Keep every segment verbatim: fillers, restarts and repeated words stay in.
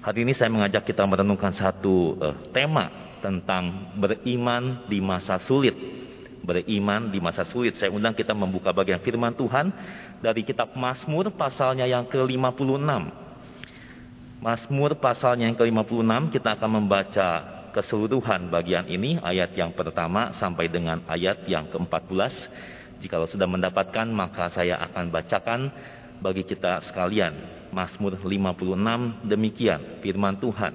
Hari ini saya mengajak kita merenungkan satu uh, tema tentang beriman di masa sulit. Beriman di masa sulit. Saya undang kita membuka bagian firman Tuhan dari kitab Mazmur pasalnya yang ke lima puluh enam. Mazmur pasalnya yang ke lima puluh enam, kita akan membaca keseluruhan bagian ini, ayat yang pertama sampai dengan ayat yang ke empat belas. Jikalau sudah mendapatkan, maka saya akan bacakan bagi kita sekalian. Mazmur lima puluh enam, demikian firman Tuhan.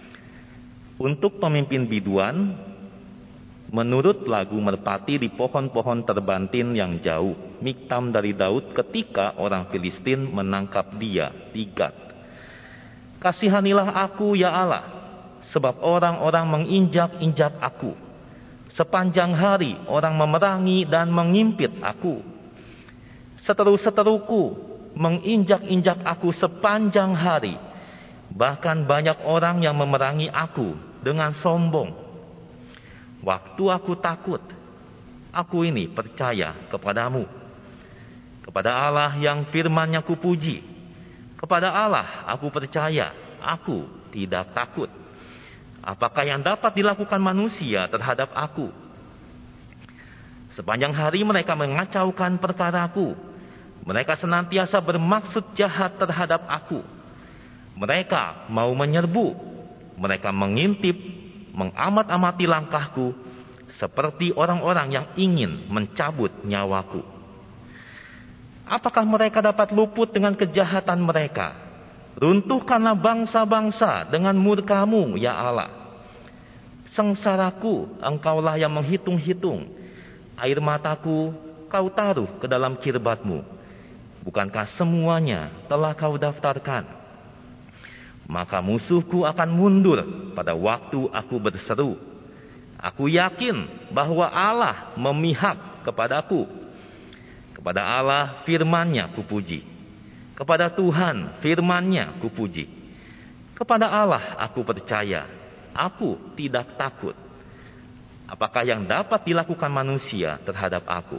Untuk pemimpin biduan, menurut lagu merpati di pohon-pohon terbantin yang jauh, miktam dari Daud ketika orang Filistin menangkap dia di Gat. Kasihanilah aku ya Allah, sebab orang-orang menginjak-injak aku. Sepanjang hari orang memerangi dan mengimpit aku. Seteru-seteruku menginjak-injak aku sepanjang hari. Bahkan banyak orang yang memerangi aku dengan sombong. Waktu aku takut, aku ini percaya kepadamu. Kepada Allah yang firman-Nya kupuji. Kepada Allah aku percaya, aku tidak takut. Apakah yang dapat dilakukan manusia terhadap aku? Sepanjang hari mereka mengacaukan perkaraku. Mereka senantiasa bermaksud jahat terhadap aku. Mereka mau menyerbu. Mereka mengintip, mengamat-amati langkahku, seperti orang-orang yang ingin mencabut nyawaku. Apakah mereka dapat luput dengan kejahatan mereka? Runtuhkanlah bangsa-bangsa dengan murka-Mu, ya Allah. Sengsaraku, Engkaulah yang menghitung-hitung. Air mataku, Kau taruh ke dalam kirbat-Mu. Bukankah semuanya telah Kau daftarkan? Maka musuhku akan mundur pada waktu aku berseru. Aku yakin bahwa Allah memihak kepadaku. Kepada Allah firman-Nya kupuji. Kepada Tuhan firman-Nya kupuji. Kepada Allah aku percaya, aku tidak takut. Apakah yang dapat dilakukan manusia terhadap aku?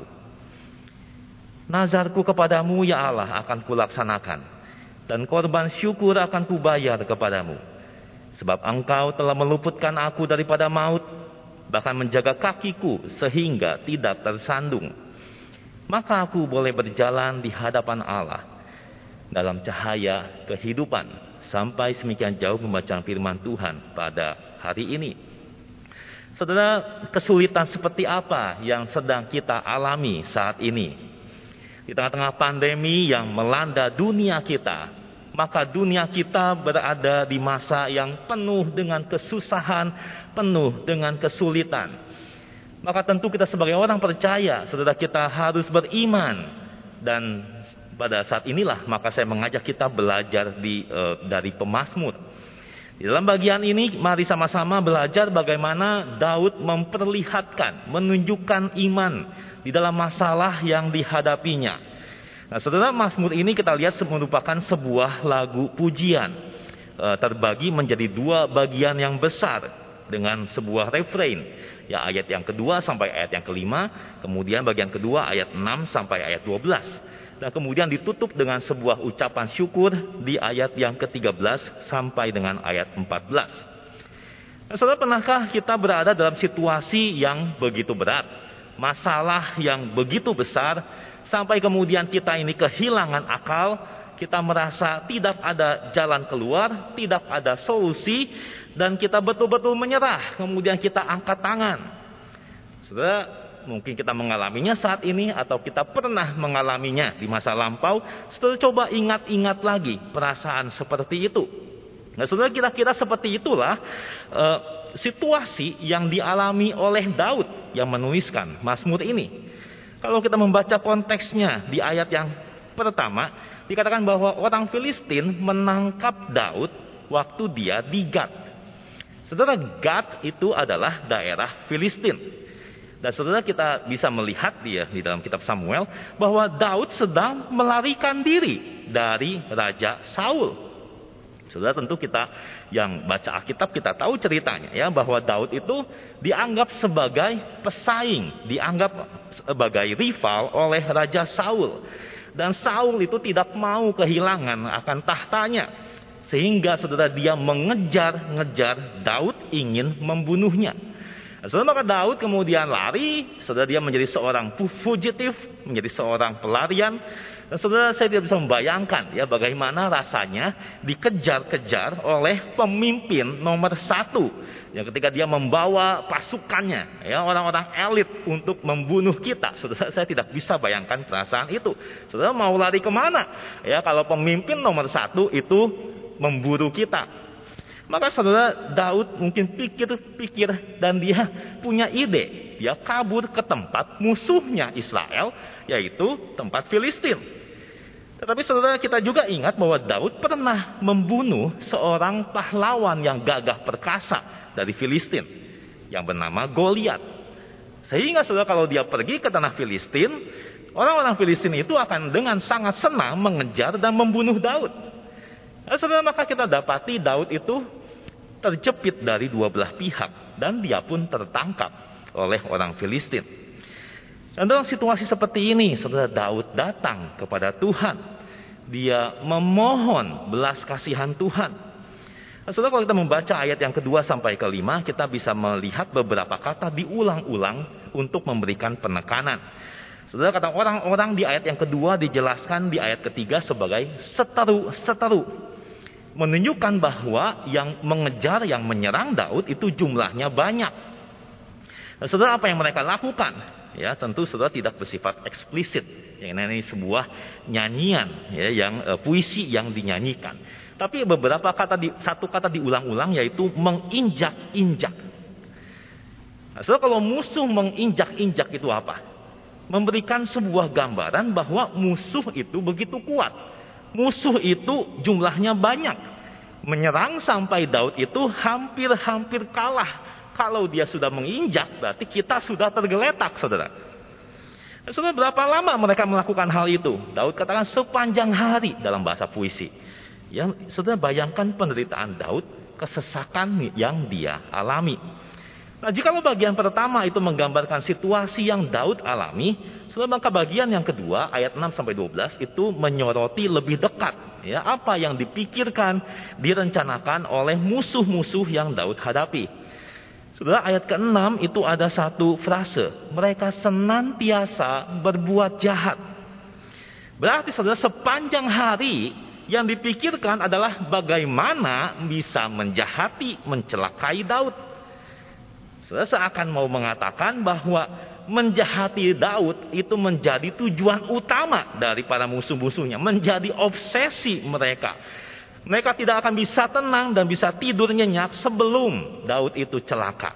Nazarku kepadamu ya Allah akan kulaksanakan, dan korban syukur akan kubayar kepadamu. Sebab Engkau telah meluputkan aku daripada maut, bahkan menjaga kakiku sehingga tidak tersandung. Maka aku boleh berjalan di hadapan Allah dalam cahaya kehidupan. Sampai semikian jauh pembacaan firman Tuhan pada hari ini. Saudara, kesulitan seperti apa yang sedang kita alami saat ini? Di tengah-tengah pandemi yang melanda dunia kita, maka dunia kita berada di masa yang penuh dengan kesusahan, penuh dengan kesulitan. Maka tentu kita sebagai orang percaya, saudara, kita harus beriman. Dan pada saat inilah maka saya mengajak kita belajar di, uh, dari pemazmur. Di dalam bagian ini mari sama-sama belajar bagaimana Daud memperlihatkan, menunjukkan iman di dalam masalah yang dihadapinya. Nah, saudara, Mazmur ini kita lihat merupakan sebuah lagu pujian, uh, terbagi menjadi dua bagian yang besar dengan sebuah refrain. Ya, ayat yang kedua sampai ayat yang kelima, kemudian bagian kedua ayat enam sampai ayat dua belas. Dan kemudian ditutup dengan sebuah ucapan syukur di ayat yang ke tiga belas sampai dengan ayat empat belas. Nah, saudara, pernahkah kita berada dalam situasi yang begitu berat, masalah yang begitu besar, sampai kemudian kita ini kehilangan akal, kita merasa tidak ada jalan keluar, tidak ada solusi, dan kita betul-betul menyerah, kemudian kita angkat tangan. Saudara, mungkin kita mengalaminya saat ini atau kita pernah mengalaminya di masa lampau. Saudara, coba ingat-ingat lagi perasaan seperti itu. Nah, saudara, kira-kira seperti itulah uh, situasi yang dialami oleh Daud yang menuliskan Mazmur ini. Kalau kita membaca konteksnya di ayat yang pertama, dikatakan bahwa orang Filistin menangkap Daud waktu dia di Gat. Saudara, Gat itu adalah daerah Filistin. Dan saudara, kita bisa melihat dia di dalam kitab Samuel bahwa Daud sedang melarikan diri dari Raja Saul. Saudara, tentu kita yang baca Alkitab kita tahu ceritanya ya, bahwa Daud itu dianggap sebagai pesaing, dianggap sebagai rival oleh Raja Saul. Dan Saul itu tidak mau kehilangan akan tahtanya. Sehingga saudara dia mengejar-ngejar Daud, ingin membunuhnya. Nah, saudara, maka Daud kemudian lari, saudara, dia menjadi seorang fugitif, menjadi seorang pelarian. Dan saudara, saya tidak bisa membayangkan ya bagaimana rasanya dikejar-kejar oleh pemimpin nomor satu. Ya, ketika dia membawa pasukannya, ya orang-orang elit untuk membunuh kita. Saudara, saya tidak bisa bayangkan perasaan itu. Saudara mau lari kemana? Ya, kalau pemimpin nomor satu itu memburu kita. Maka saudara, Daud mungkin pikir-pikir dan dia punya ide. Dia kabur ke tempat musuhnya Israel, yaitu tempat Filistin. Tetapi saudara, kita juga ingat bahwa Daud pernah membunuh seorang pahlawan yang gagah perkasa dari Filistin, yang bernama Goliat. Sehingga saudara, kalau dia pergi ke tanah Filistin, orang-orang Filistin itu akan dengan sangat senang mengejar dan membunuh Daud. Nah, saudara, maka kita dapati Daud itu terjepit dari dua belah pihak dan dia pun tertangkap oleh orang Filistin. Dan dalam situasi seperti ini, saudara, Daud datang kepada Tuhan. Dia memohon belas kasihan Tuhan. Nah, saudara, kalau kita membaca ayat yang kedua sampai kelima, kita bisa melihat beberapa kata diulang-ulang untuk memberikan penekanan. Saudara, kata orang-orang di ayat yang kedua dijelaskan di ayat ketiga sebagai seteru-seteru. Menunjukkan bahwa yang mengejar, yang menyerang Daud itu jumlahnya banyak. Nah, saudara, apa yang mereka lakukan? Ya, tentu saudara tidak bersifat eksplisit. Yang ini sebuah nyanyian, ya, yang uh, puisi yang dinyanyikan. Tapi beberapa kata di, satu kata diulang-ulang, yaitu menginjak-injak. Nah, saudara, kalau musuh menginjak-injak itu apa? Memberikan sebuah gambaran bahwa musuh itu begitu kuat. Musuh itu jumlahnya banyak. Menyerang sampai Daud itu hampir-hampir kalah. Kalau dia sudah menginjak, berarti kita sudah tergeletak, saudara. Saudara, berapa lama mereka melakukan hal itu? Daud katakan sepanjang hari dalam bahasa puisi. Ya, saudara, bayangkan penderitaan Daud, kesesakan yang dia alami. Nah, jikalau bagian pertama itu menggambarkan situasi yang Daud alami, saudara, maka bagian yang kedua ayat enam sampai dua belas itu menyoroti lebih dekat, ya, apa yang dipikirkan, direncanakan oleh musuh-musuh yang Daud hadapi. Saudara, ayat keenam itu ada satu frase, mereka senantiasa berbuat jahat. Berarti saudara, sepanjang hari yang dipikirkan adalah bagaimana bisa menjahati, mencelakai Daud. Saudara, seakan mau mengatakan bahwa menjahati Daud itu menjadi tujuan utama dari para musuh-musuhnya, menjadi obsesi mereka. Mereka tidak akan bisa tenang dan bisa tidur nyenyak sebelum Daud itu celaka.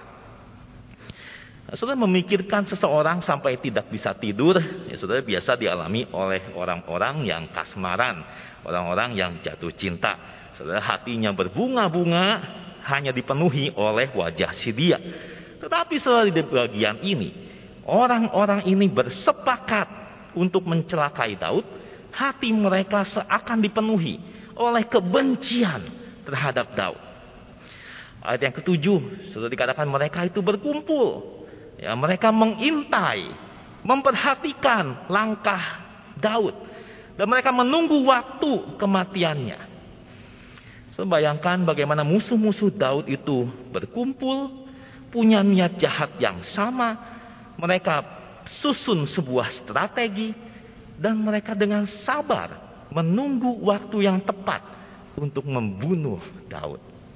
Nah, saudara, memikirkan seseorang sampai tidak bisa tidur, ya saudara, biasa dialami oleh orang-orang yang kasmaran, orang-orang yang jatuh cinta. Saudara, hatinya berbunga-bunga hanya dipenuhi oleh wajah si dia. Tetapi selalu di bagian ini, orang-orang ini bersepakat untuk mencelakai Daud. Hati mereka seakan dipenuhi oleh kebencian terhadap Daud. Ayat yang ketujuh, sudah dikatakan mereka itu berkumpul. Ya, mereka mengintai, memperhatikan langkah Daud. Dan mereka menunggu waktu kematiannya. So, bayangkan bagaimana musuh-musuh Daud itu berkumpul, punya niat jahat yang sama. Mereka susun sebuah strategi dan mereka dengan sabar menunggu waktu yang tepat untuk membunuh Daud.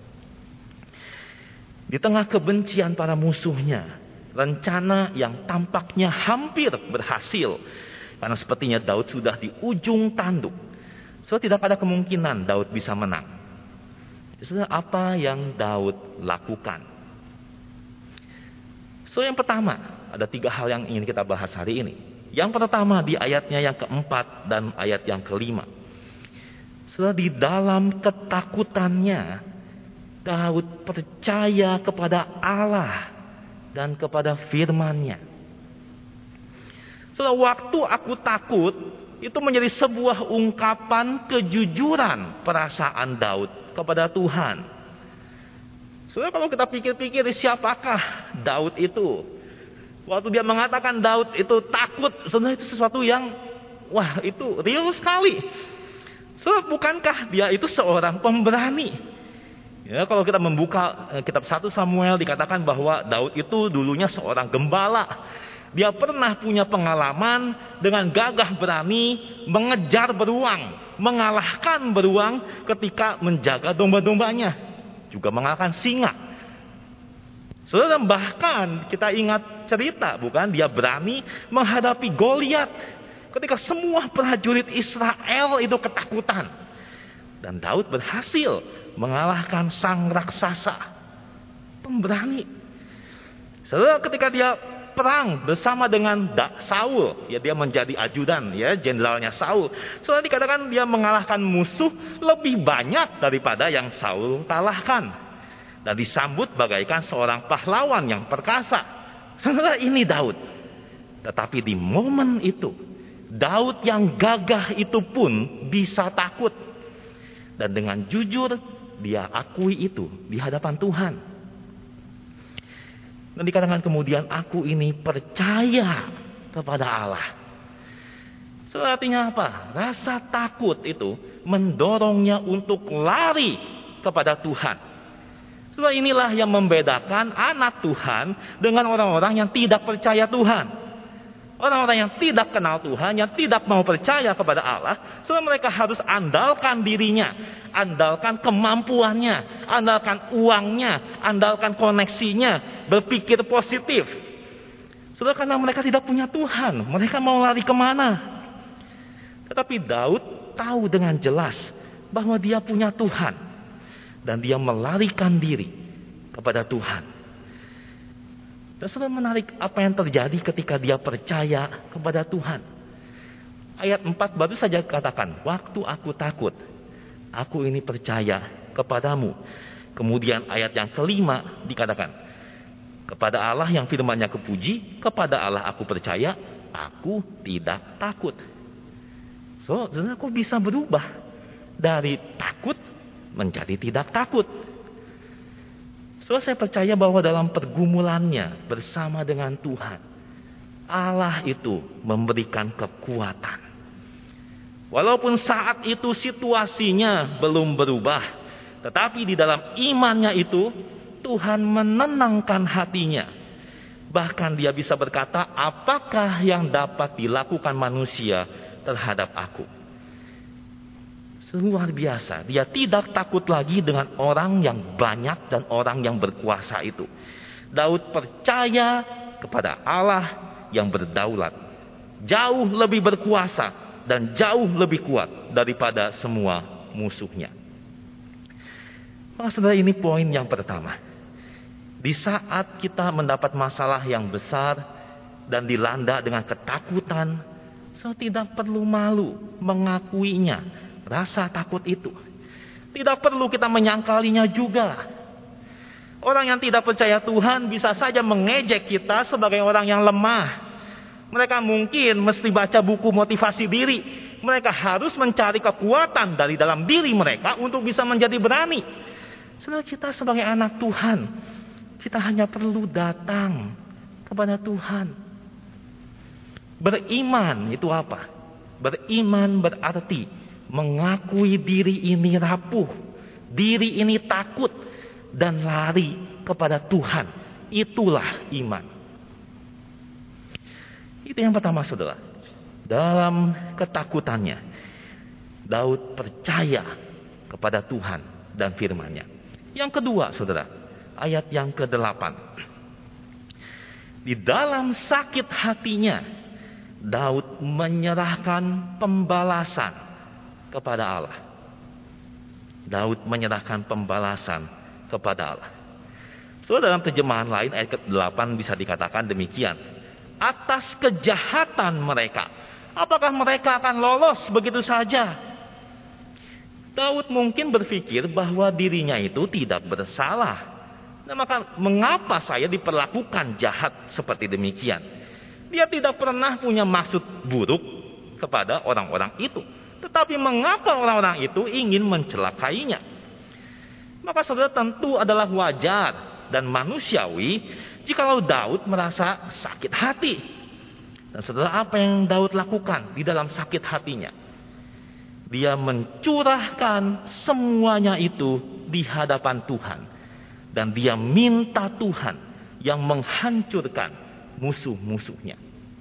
Di tengah kebencian para musuhnya, rencana yang tampaknya hampir berhasil, karena sepertinya Daud sudah di ujung tanduk. So, tidak ada kemungkinan Daud bisa menang. So, apa yang Daud lakukan? So, yang pertama, ada tiga hal yang ingin kita bahas hari ini. Yang pertama di ayatnya yang keempat dan ayat yang kelima. So, di dalam ketakutannya, Daud percaya kepada Allah dan kepada firman-Nya. So, waktu aku takut, itu menjadi sebuah ungkapan kejujuran perasaan Daud kepada Tuhan. Soalnya kalau kita pikir-pikir, siapakah Daud itu? Waktu dia mengatakan Daud itu takut, sebenarnya itu sesuatu yang, wah, itu real sekali. So, bukankah dia itu seorang pemberani? Ya, kalau kita membuka kitab satu Samuel dikatakan bahwa Daud itu dulunya seorang gembala. Dia pernah punya pengalaman dengan gagah berani mengejar beruang, mengalahkan beruang ketika menjaga domba-dombanya, juga mengalahkan singa. Saudara, bahkan kita ingat cerita, bukan? Dia berani menghadapi Goliat ketika semua prajurit Israel itu ketakutan. Dan Daud berhasil mengalahkan sang raksasa. Pemberani. Saudara, ketika dia perang bersama dengan Saul, ya, dia menjadi ajudan, ya, jenderalnya Saul. Saudara, dikatakan dia mengalahkan musuh lebih banyak daripada yang Saul kalahkan. Dan disambut bagaikan seorang pahlawan yang perkasa. Saudara, ini Daud. Tetapi di momen itu, Daud yang gagah itu pun bisa takut. Dan dengan jujur, dia akui itu di hadapan Tuhan. Dan dikatakan kemudian, aku ini percaya kepada Allah. So, artinya apa? Rasa takut itu mendorongnya untuk lari kepada Tuhan. So, inilah yang membedakan anak Tuhan dengan orang-orang yang tidak percaya Tuhan. Orang-orang yang tidak kenal Tuhan, yang tidak mau percaya kepada Allah, so mereka harus andalkan dirinya, andalkan kemampuannya, andalkan uangnya, andalkan koneksinya, berpikir positif. Saudara, karena mereka tidak punya Tuhan, mereka mau lari kemana? Tetapi Daud tahu dengan jelas bahwa dia punya Tuhan, dan dia melarikan diri kepada Tuhan. Dan saudara, menarik apa yang terjadi ketika dia percaya kepada Tuhan. Ayat empat baru saja katakan, waktu aku takut, aku ini percaya kepadamu. Kemudian ayat yang kelima dikatakan, kepada Allah yang firman-Nya kupuji, kepada Allah aku percaya, aku tidak takut. So, saudara, kok bisa berubah dari takut menjadi tidak takut? So, saya percaya bahwa dalam pergumulannya bersama dengan Tuhan, Allah itu memberikan kekuatan. Walaupun saat itu situasinya belum berubah, tetapi di dalam imannya itu, Tuhan menenangkan hatinya. Bahkan dia bisa berkata, apakah yang dapat dilakukan manusia terhadap aku? Luar biasa. Dia tidak takut lagi dengan orang yang banyak dan orang yang berkuasa itu. Daud percaya kepada Allah yang berdaulat, jauh lebih berkuasa dan jauh lebih kuat daripada semua musuhnya. Maka saudara, ini poin yang pertama. Di saat kita mendapat masalah yang besar dan dilanda dengan ketakutan, so tidak perlu malu mengakuinya. Rasa takut itu tidak perlu kita menyangkalinya juga. Orang yang tidak percaya Tuhan bisa saja mengejek kita sebagai orang yang lemah. Mereka mungkin mesti baca buku motivasi diri. Mereka harus mencari kekuatan dari dalam diri mereka untuk bisa menjadi berani. Setelah kita sebagai anak Tuhan, kita hanya perlu datang kepada Tuhan. Beriman itu apa? Beriman berarti mengakui diri ini rapuh, diri ini takut, dan lari kepada Tuhan. Itulah iman. Itu yang pertama, saudara. Dalam ketakutannya, Daud percaya kepada Tuhan dan firman-Nya. Yang kedua, saudara, ayat yang kedelapan. Di dalam sakit hatinya, Daud menyerahkan pembalasan kepada Allah. Daud menyerahkan pembalasan kepada Allah. So, dalam terjemahan lain ayat kedelapan bisa dikatakan demikian. Atas kejahatan mereka, apakah mereka akan lolos begitu saja? Daud mungkin berpikir bahwa dirinya itu tidak bersalah. Nah, maka mengapa saya diperlakukan jahat seperti demikian? Dia tidak pernah punya maksud buruk kepada orang-orang itu. Tetapi mengapa orang-orang itu ingin mencelakainya? Maka saudara, tentu adalah wajar dan manusiawi jikalau Daud merasa sakit hati. Dan saudara, apa yang Daud lakukan di dalam sakit hatinya? dia mencurahkan semuanya itu di hadapan Tuhan. Dan dia minta Tuhan yang menghancurkan musuh-musuhnya.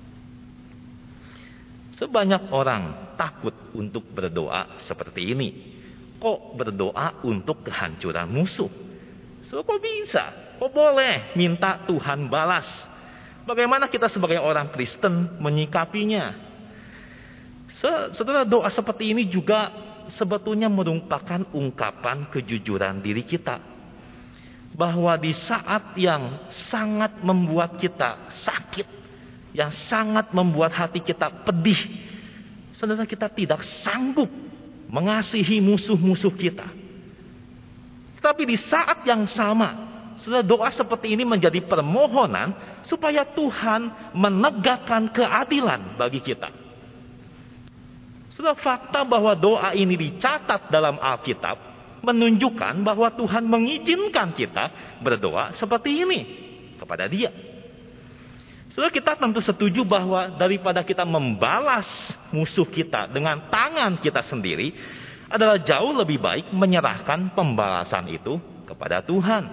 Sebanyak orang takut untuk berdoa seperti ini. Kok berdoa untuk kehancuran musuh? So, kok bisa? Kok boleh minta Tuhan balas? Bagaimana kita sebagai orang Kristen menyikapinya? Saudara, doa seperti ini juga sebetulnya merupakan ungkapan kejujuran diri kita. Bahwa di saat yang sangat membuat kita sakit, yang sangat membuat hati kita pedih, saudara, kita tidak sanggup mengasihi musuh-musuh kita. Tapi di saat yang sama, saudara, doa seperti ini menjadi permohonan supaya Tuhan menegakkan keadilan bagi kita. Saudara, fakta bahwa doa ini dicatat dalam Alkitab menunjukkan bahwa Tuhan mengizinkan kita berdoa seperti ini kepada Dia. Saudara, kita tentu setuju bahwa daripada kita membalas musuh kita dengan tangan kita sendiri, adalah jauh lebih baik menyerahkan pembalasan itu kepada Tuhan.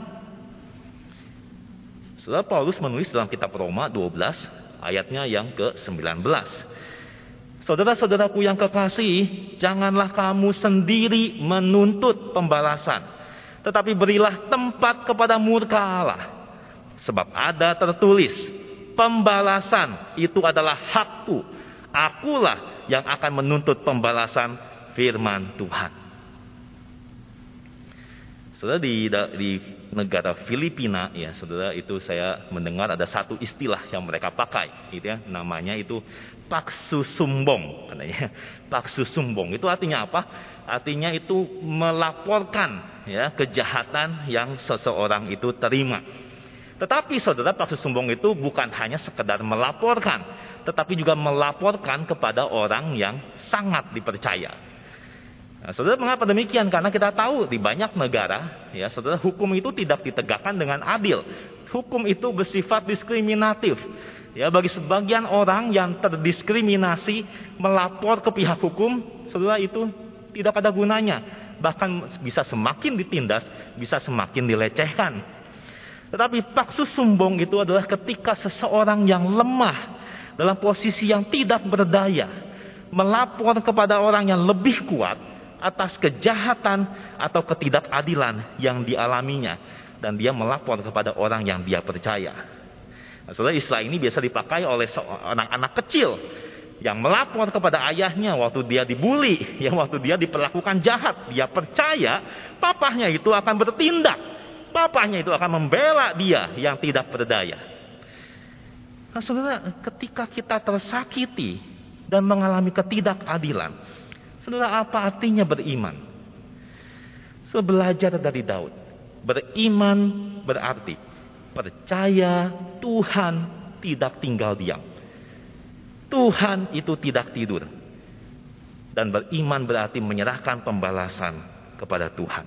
Saudara, Paulus menulis dalam kitab Roma dua belas ayatnya yang ke sembilan belas. Saudara-saudaraku yang kekasih, janganlah kamu sendiri menuntut pembalasan, tetapi berilah tempat kepada murka Allah. Sebab ada tertulis, pembalasan itu adalah hakku. Akulah yang akan menuntut pembalasan, firman Tuhan. Saudara, di, di negara Filipina, ya saudara, itu saya mendengar ada satu istilah yang mereka pakai, gitu ya, namanya itu paksusumbong, katanya. Paksusumbong itu artinya apa? Artinya itu melaporkan, ya, kejahatan yang seseorang itu terima. Tetapi saudara, paksusumbong itu bukan hanya sekedar melaporkan, tetapi juga melaporkan kepada orang yang sangat dipercaya. Nah, saudara, mengapa demikian? Karena kita tahu di banyak negara, ya saudara, hukum itu tidak ditegakkan dengan adil. Hukum itu bersifat diskriminatif. Ya, bagi sebagian orang yang terdiskriminasi melapor ke pihak hukum, saudara, itu tidak ada gunanya. Bahkan bisa semakin ditindas, bisa semakin dilecehkan. Tetapi paksusumbong itu adalah ketika seseorang yang lemah, dalam posisi yang tidak berdaya, melapor kepada orang yang lebih kuat atas kejahatan atau ketidakadilan yang dialaminya, dan dia melapor kepada orang yang dia percaya. Nah, saudara, istilah ini biasa dipakai oleh seorang anak kecil yang melapor kepada ayahnya waktu dia dibully, yang waktu dia diperlakukan jahat. Dia percaya papahnya itu akan bertindak, papahnya itu akan membela dia yang tidak berdaya. Nah, saudara, ketika kita tersakiti dan mengalami ketidakadilan, saudara, apa artinya beriman? So, belajar dari Daud. Beriman berarti percaya Tuhan tidak tinggal diam. Tuhan itu tidak tidur. Dan beriman berarti menyerahkan pembalasan kepada Tuhan.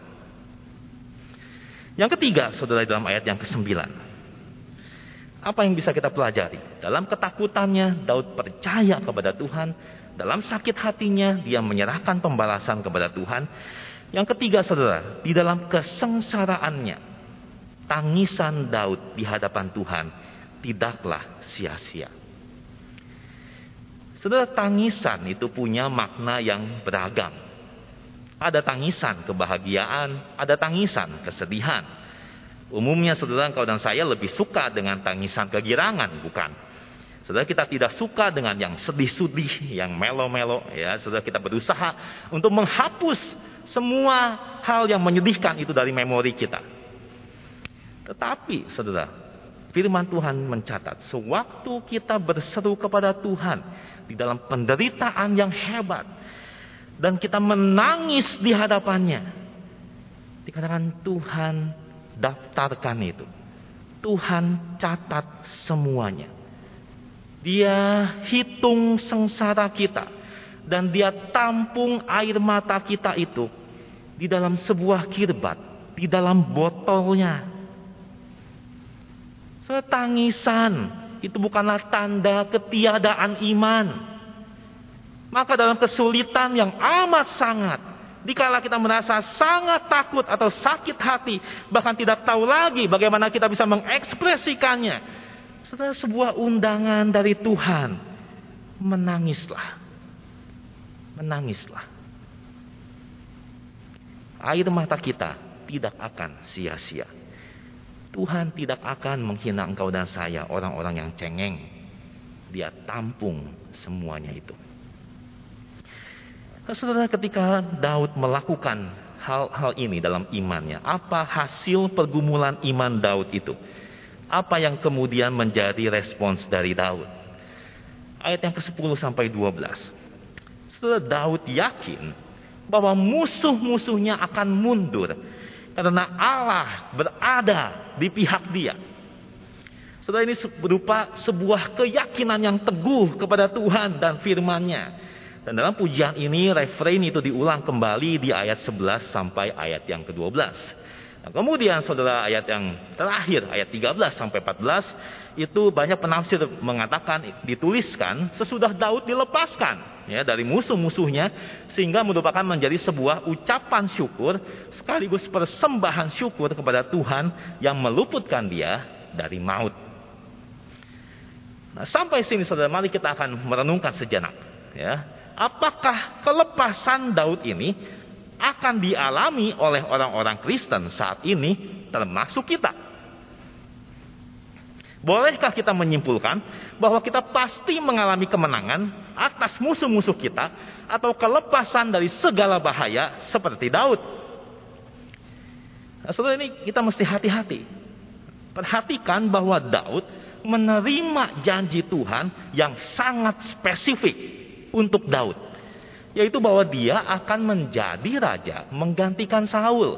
Yang ketiga, saudara, dalam ayat yang kesembilan, apa yang bisa kita pelajari? Dalam ketakutannya, Daud percaya kepada Tuhan. Dalam sakit hatinya, dia menyerahkan pembalasan kepada Tuhan. Yang ketiga, saudara, di dalam kesengsaraannya, tangisan Daud di hadapan Tuhan tidaklah sia-sia. Saudara, tangisan itu punya makna yang beragam. Ada tangisan kebahagiaan, ada tangisan kesedihan. Umumnya, saudara, engkau dan saya lebih suka dengan tangisan kegirangan, bukan? Saudara, kita tidak suka dengan yang sedih-sedih, yang melo-melo, ya. Saudara, kita berusaha untuk menghapus semua hal yang menyedihkan itu dari memori kita. Tetapi, saudara, firman Tuhan mencatat, sewaktu kita berseru kepada Tuhan di dalam penderitaan yang hebat, dan kita menangis di hadapannya, dikatakan Tuhan daftarkan itu. Tuhan catat semuanya. Dia hitung sengsara kita, dan dia tampung air mata kita itu di dalam sebuah kirbat, di dalam botolnya. Setangisan itu bukanlah tanda ketiadaan iman. Maka dalam kesulitan yang amat sangat, dikala kita merasa sangat takut atau sakit hati, bahkan tidak tahu lagi bagaimana kita bisa mengekspresikannya, setelah sebuah undangan dari Tuhan, menangislah. Menangislah. Air mata kita tidak akan sia-sia. Tuhan tidak akan menghina engkau dan saya, orang-orang yang cengeng. Dia tampung semuanya itu. Saudara, ketika Daud melakukan hal-hal ini dalam imannya, apa hasil pergumulan iman Daud itu? Apa yang kemudian menjadi respons dari Daud? Ayat yang kesepuluh sampai dua belas. Saudara, Daud yakin bahwa musuh-musuhnya akan mundur karena Allah berada di pihak dia. Saudara, ini berupa sebuah keyakinan yang teguh kepada Tuhan dan firman-Nya. Dan dalam pujian ini refrain itu diulang kembali di ayat sebelas sampai ayat yang kedua belas. Nah, kemudian saudara, ayat yang terakhir, ayat tiga belas sampai empat belas, itu banyak penafsir mengatakan dituliskan sesudah Daud dilepaskan ya dari musuh-musuhnya, sehingga merupakan menjadi sebuah ucapan syukur sekaligus persembahan syukur kepada Tuhan yang meluputkan dia dari maut. Nah, sampai sini saudara, mari kita akan merenungkan sejenak ya. Apakah kelepasan Daud ini akan dialami oleh orang-orang Kristen saat ini, termasuk kita? Bolehkah kita menyimpulkan bahwa kita pasti mengalami kemenangan atas musuh-musuh kita, atau kelepasan dari segala bahaya seperti Daud? Nah, saudara, ini kita mesti hati-hati. Perhatikan bahwa Daud menerima janji Tuhan yang sangat spesifik untuk Daud, yaitu bahwa dia akan menjadi raja menggantikan Saul.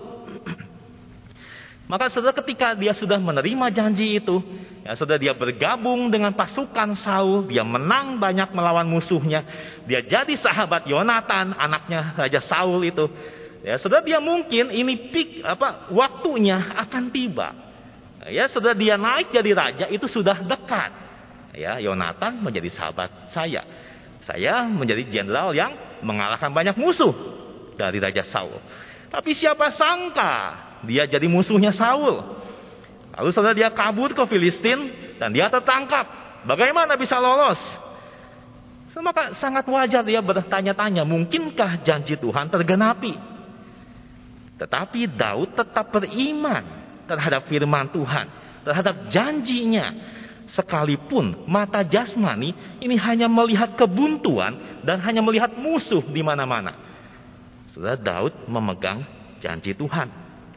Maka saudara, ketika dia sudah menerima janji itu, ya saudara, dia bergabung dengan pasukan Saul, dia menang banyak melawan musuhnya, dia jadi sahabat Yonatan, anaknya Raja Saul itu. Ya saudara, dia mungkin ini pik apa waktunya akan tiba. Ya saudara, dia naik jadi raja itu sudah dekat. Ya, Yonatan menjadi sahabat saya. Saya menjadi jenderal yang mengalahkan banyak musuh dari Raja Saul. Tapi siapa sangka dia jadi musuhnya Saul. Lalu saudara, dia kabur ke Filistin dan dia tertangkap. Bagaimana bisa lolos? So, maka sangat wajar dia bertanya-tanya, mungkinkah janji Tuhan tergenapi? Tetapi Daud tetap beriman terhadap firman Tuhan, terhadap janjinya. Sekalipun mata jasmani ini hanya melihat kebuntuan dan hanya melihat musuh di mana-mana, saudara, Daud memegang janji Tuhan.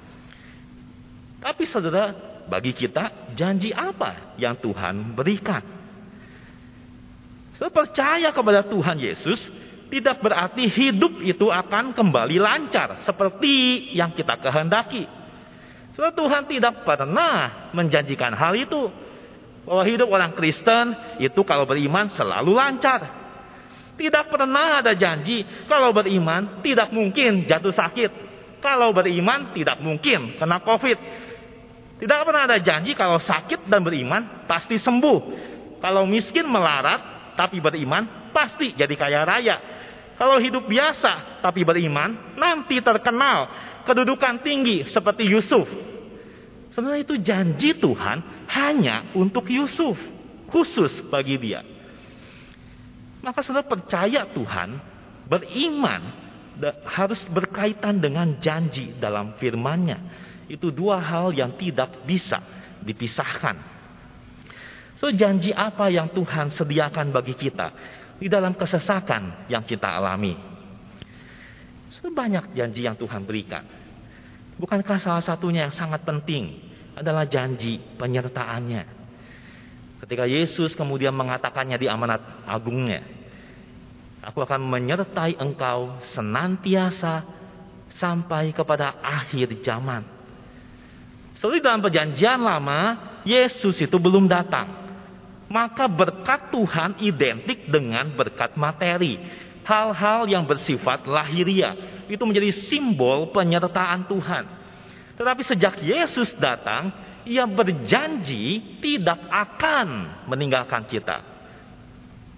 Tapi saudara, bagi kita, janji apa yang Tuhan berikan? Saudara, percaya kepada Tuhan Yesus tidak berarti hidup itu akan kembali lancar seperti yang kita kehendaki. Saudara, Tuhan tidak pernah menjanjikan hal itu, bahwa hidup orang Kristen itu kalau beriman selalu lancar. Tidak pernah ada janji kalau beriman tidak mungkin jatuh sakit, kalau beriman tidak mungkin kena COVID. Tidak pernah ada janji kalau sakit dan beriman pasti sembuh, kalau miskin melarat tapi beriman pasti jadi kaya raya, kalau hidup biasa tapi beriman nanti terkenal kedudukan tinggi seperti Yusuf. Sebenarnya itu janji Tuhan hanya untuk Yusuf, khusus bagi dia. Maka saudara, percaya Tuhan, beriman harus berkaitan dengan janji dalam firman-Nya. Itu dua hal yang tidak bisa dipisahkan. So, janji apa yang Tuhan sediakan bagi kita di dalam kesesakan yang kita alami? So, banyak janji yang Tuhan berikan. Bukankah salah satunya yang sangat penting adalah janji penyertaannya? Ketika Yesus kemudian mengatakannya di amanat agungnya, aku akan menyertai engkau senantiasa sampai kepada akhir zaman. Seperti dalam perjanjian lama, Yesus itu belum datang. Maka berkat Tuhan identik dengan berkat materi. Hal-hal yang bersifat lahiriah itu menjadi simbol penyertaan Tuhan. Tetapi sejak Yesus datang, Ia berjanji tidak akan meninggalkan kita.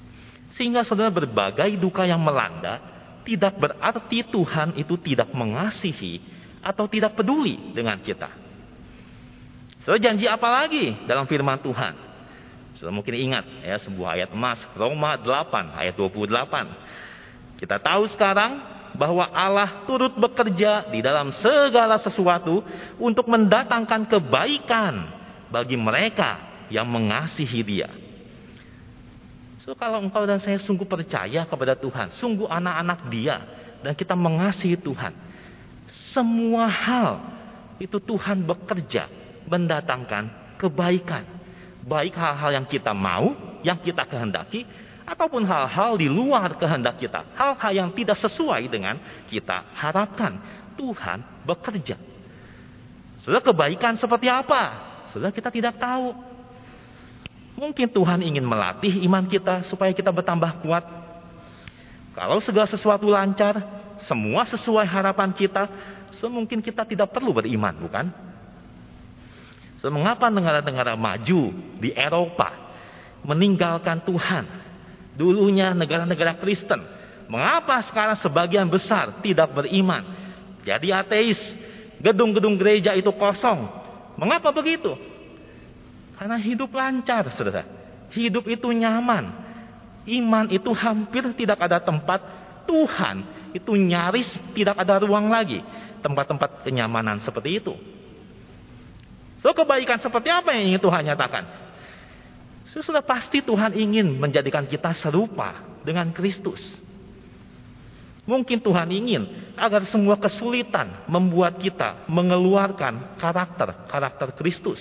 Sehingga saudara, berbagai duka yang melanda tidak berarti Tuhan itu tidak mengasihi atau tidak peduli dengan kita. Saudara, janji apa lagi dalam firman Tuhan? Saudara mungkin ingat ya, sebuah ayat emas, Roma delapan ayat dua puluh delapan. Kita tahu sekarang bahwa Allah turut bekerja di dalam segala sesuatu untuk mendatangkan kebaikan bagi mereka yang mengasihi Dia. So, kalau engkau dan saya sungguh percaya kepada Tuhan, sungguh anak-anak Dia, dan kita mengasihi Tuhan, semua hal itu Tuhan bekerja mendatangkan kebaikan. Baik hal-hal yang kita mau, yang kita kehendaki, ataupun hal-hal di luar kehendak kita, hal-hal yang tidak sesuai dengan kita harapkan. Tuhan bekerja. Saudara, kebaikan seperti apa? Saudara, kita tidak tahu. Mungkin Tuhan ingin melatih iman kita supaya kita bertambah kuat. Kalau segala sesuatu lancar, semua sesuai harapan kita, semungkin kita tidak perlu beriman, bukan? So, mengapa negara-negara maju di Eropa meninggalkan Tuhan? Dulunya negara-negara Kristen, mengapa sekarang sebagian besar tidak beriman, jadi ateis? Gedung-gedung gereja itu kosong. Mengapa begitu? Karena hidup lancar, saudara. Hidup itu nyaman. Iman itu hampir tidak ada tempat. Tuhan itu nyaris tidak ada ruang lagi tempat-tempat kenyamanan seperti itu. So, kebaikan seperti apa yang ingin Tuhan nyatakan? Sudah pasti Tuhan ingin menjadikan kita serupa dengan Kristus. Mungkin Tuhan ingin agar semua kesulitan membuat kita mengeluarkan karakter-karakter Kristus.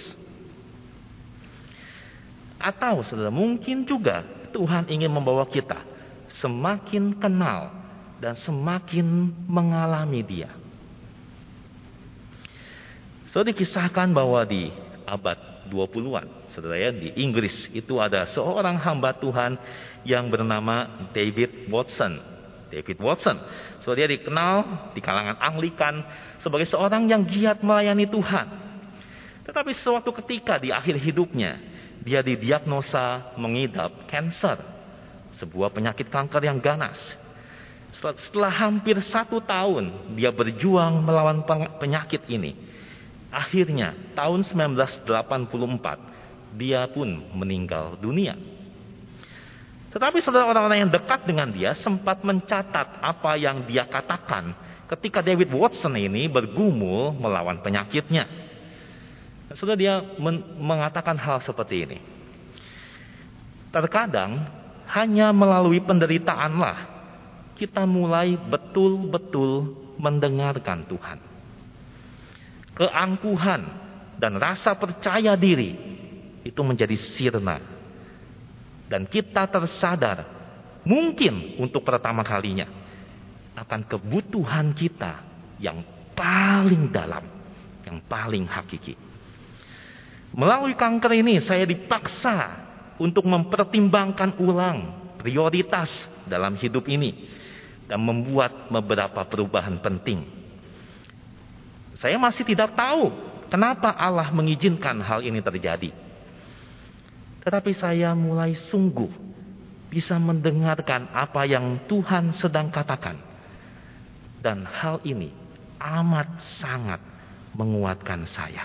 Atau saudara, mungkin juga Tuhan ingin membawa kita semakin kenal dan semakin mengalami Dia. So, dikisahkan bahwa di abad dua puluhan, saudara ya, di Inggris itu ada seorang hamba Tuhan yang bernama David Watson. David Watson, so dia dikenal di kalangan Anglikan sebagai seorang yang giat melayani Tuhan. Tetapi suatu ketika di akhir hidupnya, dia didiagnosa mengidap kanker, sebuah penyakit kanker yang ganas. Setelah, setelah hampir satu tahun dia berjuang melawan penyakit ini, akhirnya tahun seribu sembilan ratus delapan puluh empat dia pun meninggal dunia. Tetapi saudara, orang-orang yang dekat dengan dia sempat mencatat apa yang dia katakan ketika David Watson ini bergumul melawan penyakitnya. Saudara, dia men- mengatakan hal seperti ini. Terkadang hanya melalui penderitaanlah kita mulai betul-betul mendengarkan Tuhan. Keangkuhan dan rasa percaya diri itu menjadi sirna. Dan kita tersadar, mungkin untuk pertama kalinya, akan kebutuhan kita yang paling dalam, yang paling hakiki. Melalui kanker ini saya dipaksa untuk mempertimbangkan ulang prioritas dalam hidup ini dan membuat beberapa perubahan penting. Saya masih tidak tahu kenapa Allah mengizinkan hal ini terjadi. Tetapi saya mulai sungguh bisa mendengarkan apa yang Tuhan sedang katakan. Dan hal ini amat sangat menguatkan saya.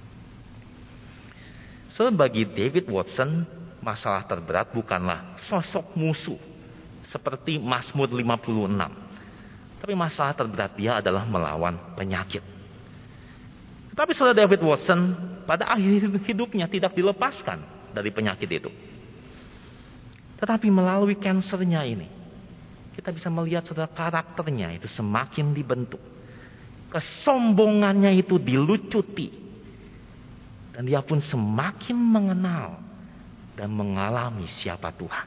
Sebagai David Watson, masalah terberat bukanlah sosok musuh seperti Mazmur lima puluh enam. Tapi masalah terberat dia adalah melawan penyakit. Tetapi saudara, David Watson pada akhir hidupnya tidak dilepaskan dari penyakit itu. Tetapi melalui kansernya ini, kita bisa melihat saudara, karakternya itu semakin dibentuk. Kesombongannya itu dilucuti. Dan dia pun semakin mengenal dan mengalami siapa Tuhan.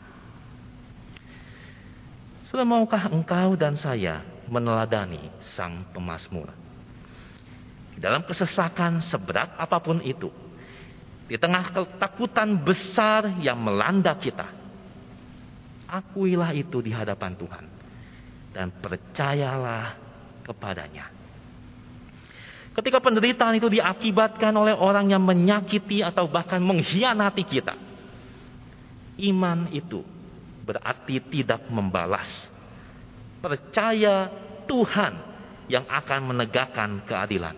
Saudara, maukah engkau dan saya meneladani sang pemazmur? Dalam kesesakan seberat apapun itu, di tengah ketakutan besar yang melanda kita, akuilah itu di hadapan Tuhan dan percayalah kepadanya. Ketika penderitaan itu diakibatkan oleh orang yang menyakiti atau bahkan mengkhianati kita, iman itu berarti tidak membalas. Percaya Tuhan yang akan menegakkan keadilan.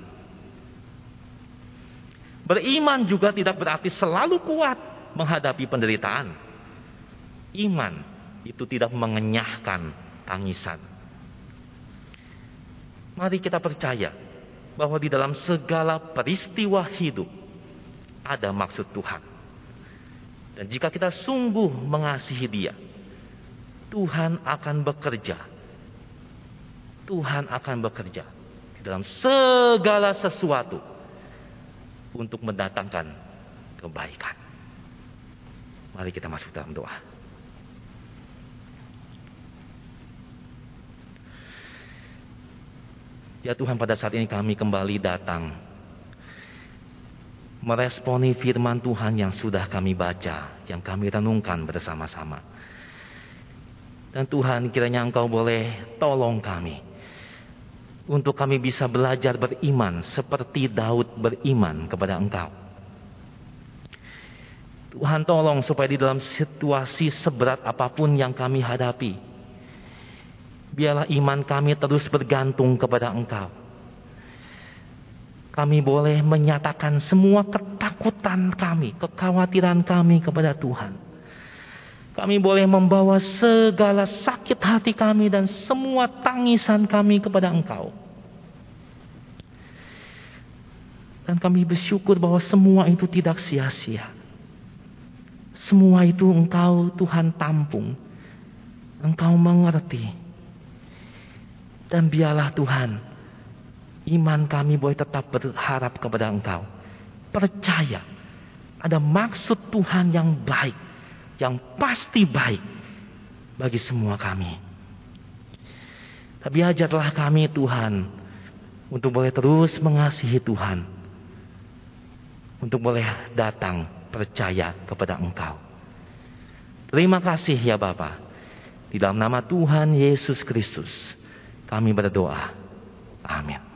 Beriman juga tidak berarti selalu kuat menghadapi penderitaan. Iman itu tidak mengenyahkan tangisan. Mari kita percaya bahwa di dalam segala peristiwa hidup ada maksud Tuhan. Dan jika kita sungguh mengasihi Dia, Tuhan akan bekerja. Tuhan akan bekerja di dalam segala sesuatu untuk mendatangkan kebaikan. Mari kita masuk dalam doa. Ya Tuhan, pada saat ini kami kembali datang meresponi firman Tuhan yang sudah kami baca, yang kami renungkan bersama-sama. Dan Tuhan, kiranya Engkau boleh tolong kami untuk kami bisa belajar beriman seperti Daud beriman kepada Engkau. Tuhan, tolong supaya di dalam situasi seberat apapun yang kami hadapi, biarlah iman kami terus bergantung kepada Engkau. Kami boleh menyatakan semua ketakutan kami, kekhawatiran kami kepada Tuhan. Kami boleh membawa segala sakit hati kami dan semua tangisan kami kepada Engkau. Dan kami bersyukur bahwa semua itu tidak sia-sia. Semua itu Engkau, Tuhan, tampung. Engkau mengerti. Dan biarlah Tuhan, iman kami boleh tetap berharap kepada Engkau. Percaya ada maksud Tuhan yang baik, yang pasti baik bagi semua kami. Tapi ajarlah kami Tuhan, untuk boleh terus mengasihi Tuhan, untuk boleh datang percaya kepada Engkau. Terima kasih ya Bapa. Di dalam nama Tuhan Yesus Kristus kami berdoa. Amin.